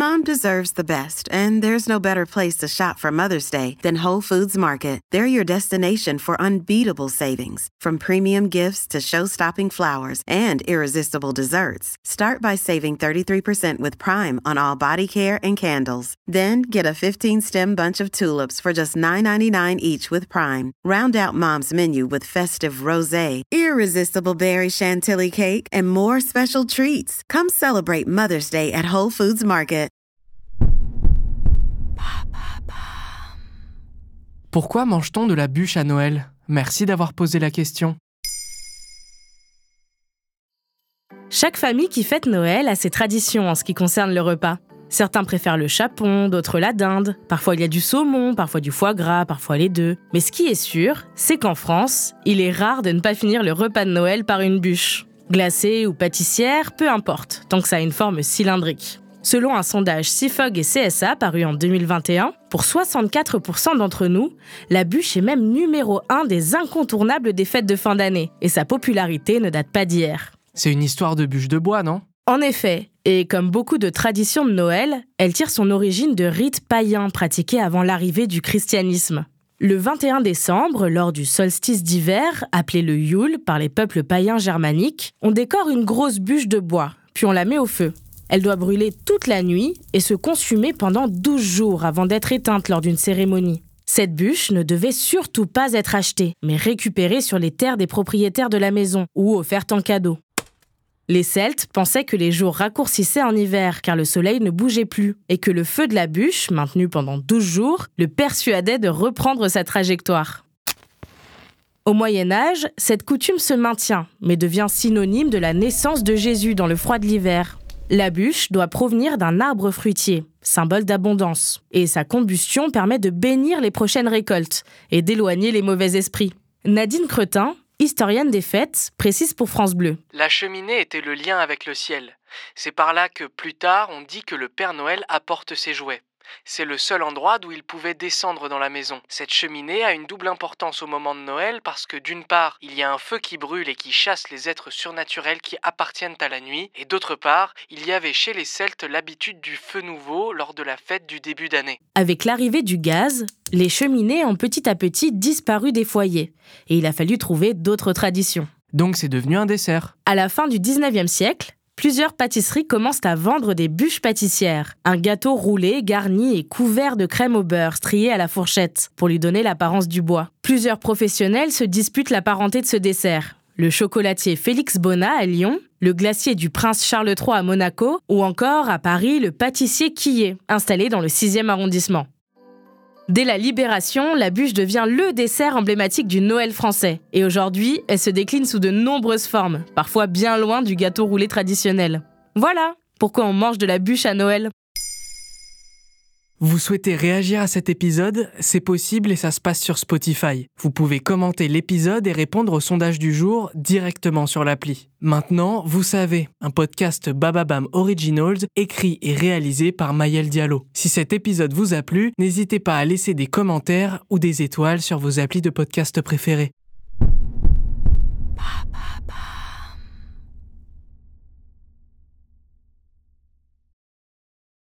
Mom deserves the best, and there's no better place to shop for Mother's Day than Whole Foods Market. They're your destination for unbeatable savings, from premium gifts to show-stopping flowers and irresistible desserts. Start by saving 33% with Prime on all body care and candles. Then get a 15-stem bunch of tulips for just $9.99 each with Prime. Round out Mom's menu with festive rosé, irresistible berry chantilly cake, and more special treats. Come celebrate Mother's Day at Whole Foods Market. Pourquoi mange-t-on de la bûche à Noël ? Merci d'avoir posé la question. Chaque famille qui fête Noël a ses traditions en ce qui concerne le repas. Certains préfèrent le chapon, d'autres la dinde. Parfois il y a du saumon, parfois du foie gras, parfois les deux. Mais ce qui est sûr, c'est qu'en France, il est rare de ne pas finir le repas de Noël par une bûche. Glacée ou pâtissière, peu importe, tant que ça a une forme cylindrique. Selon un sondage CIFOG et CSA paru en 2021, pour 64% d'entre nous, la bûche est même numéro 1 des incontournables des fêtes de fin d'année. Et sa popularité ne date pas d'hier. C'est une histoire de bûche de bois, non ? En effet, et comme beaucoup de traditions de Noël, elle tire son origine de rites païens pratiqués avant l'arrivée du christianisme. Le 21 décembre, lors du solstice d'hiver, appelé le Yule par les peuples païens germaniques, on décore une grosse bûche de bois, puis on la met au feu. Elle doit brûler toute la nuit et se consumer pendant 12 jours avant d'être éteinte lors d'une cérémonie. Cette bûche ne devait surtout pas être achetée, mais récupérée sur les terres des propriétaires de la maison ou offerte en cadeau. Les Celtes pensaient que les jours raccourcissaient en hiver car le soleil ne bougeait plus et que le feu de la bûche, maintenu pendant 12 jours, le persuadait de reprendre sa trajectoire. Au Moyen-Âge, cette coutume se maintient, mais devient synonyme de la naissance de Jésus dans le froid de l'hiver. La bûche doit provenir d'un arbre fruitier, symbole d'abondance, et sa combustion permet de bénir les prochaines récoltes et d'éloigner les mauvais esprits. Nadine Cretin, historienne des fêtes, précise pour France Bleu. La cheminée était le lien avec le ciel. C'est par là que, plus tard, on dit que le Père Noël apporte ses jouets. C'est le seul endroit d'où il pouvait descendre dans la maison. Cette cheminée a une double importance au moment de Noël parce que d'une part, il y a un feu qui brûle et qui chasse les êtres surnaturels qui appartiennent à la nuit, et d'autre part, il y avait chez les Celtes l'habitude du feu nouveau lors de la fête du début d'année. Avec l'arrivée du gaz, les cheminées ont petit à petit disparu des foyers, et il a fallu trouver d'autres traditions. Donc c'est devenu un dessert. À la fin du 19e siècle, plusieurs pâtisseries commencent à vendre des bûches pâtissières, un gâteau roulé, garni et couvert de crème au beurre strié à la fourchette, pour lui donner l'apparence du bois. Plusieurs professionnels se disputent la parenté de ce dessert. Le chocolatier Félix Bonnat à Lyon, le glacier du Prince Charles III à Monaco, ou encore à Paris, le pâtissier Quillet, installé dans le 6e arrondissement. Dès la Libération, la bûche devient le dessert emblématique du Noël français. Et aujourd'hui, elle se décline sous de nombreuses formes, parfois bien loin du gâteau roulé traditionnel. Voilà pourquoi on mange de la bûche à Noël. Vous souhaitez réagir à cet épisode ? C'est possible et ça se passe sur Spotify. Vous pouvez commenter l'épisode et répondre au sondage du jour directement sur l'appli. Maintenant, vous savez, un podcast Bababam Originals écrit et réalisé par Maël Diallo. Si cet épisode vous a plu, n'hésitez pas à laisser des commentaires ou des étoiles sur vos applis de podcast préférés.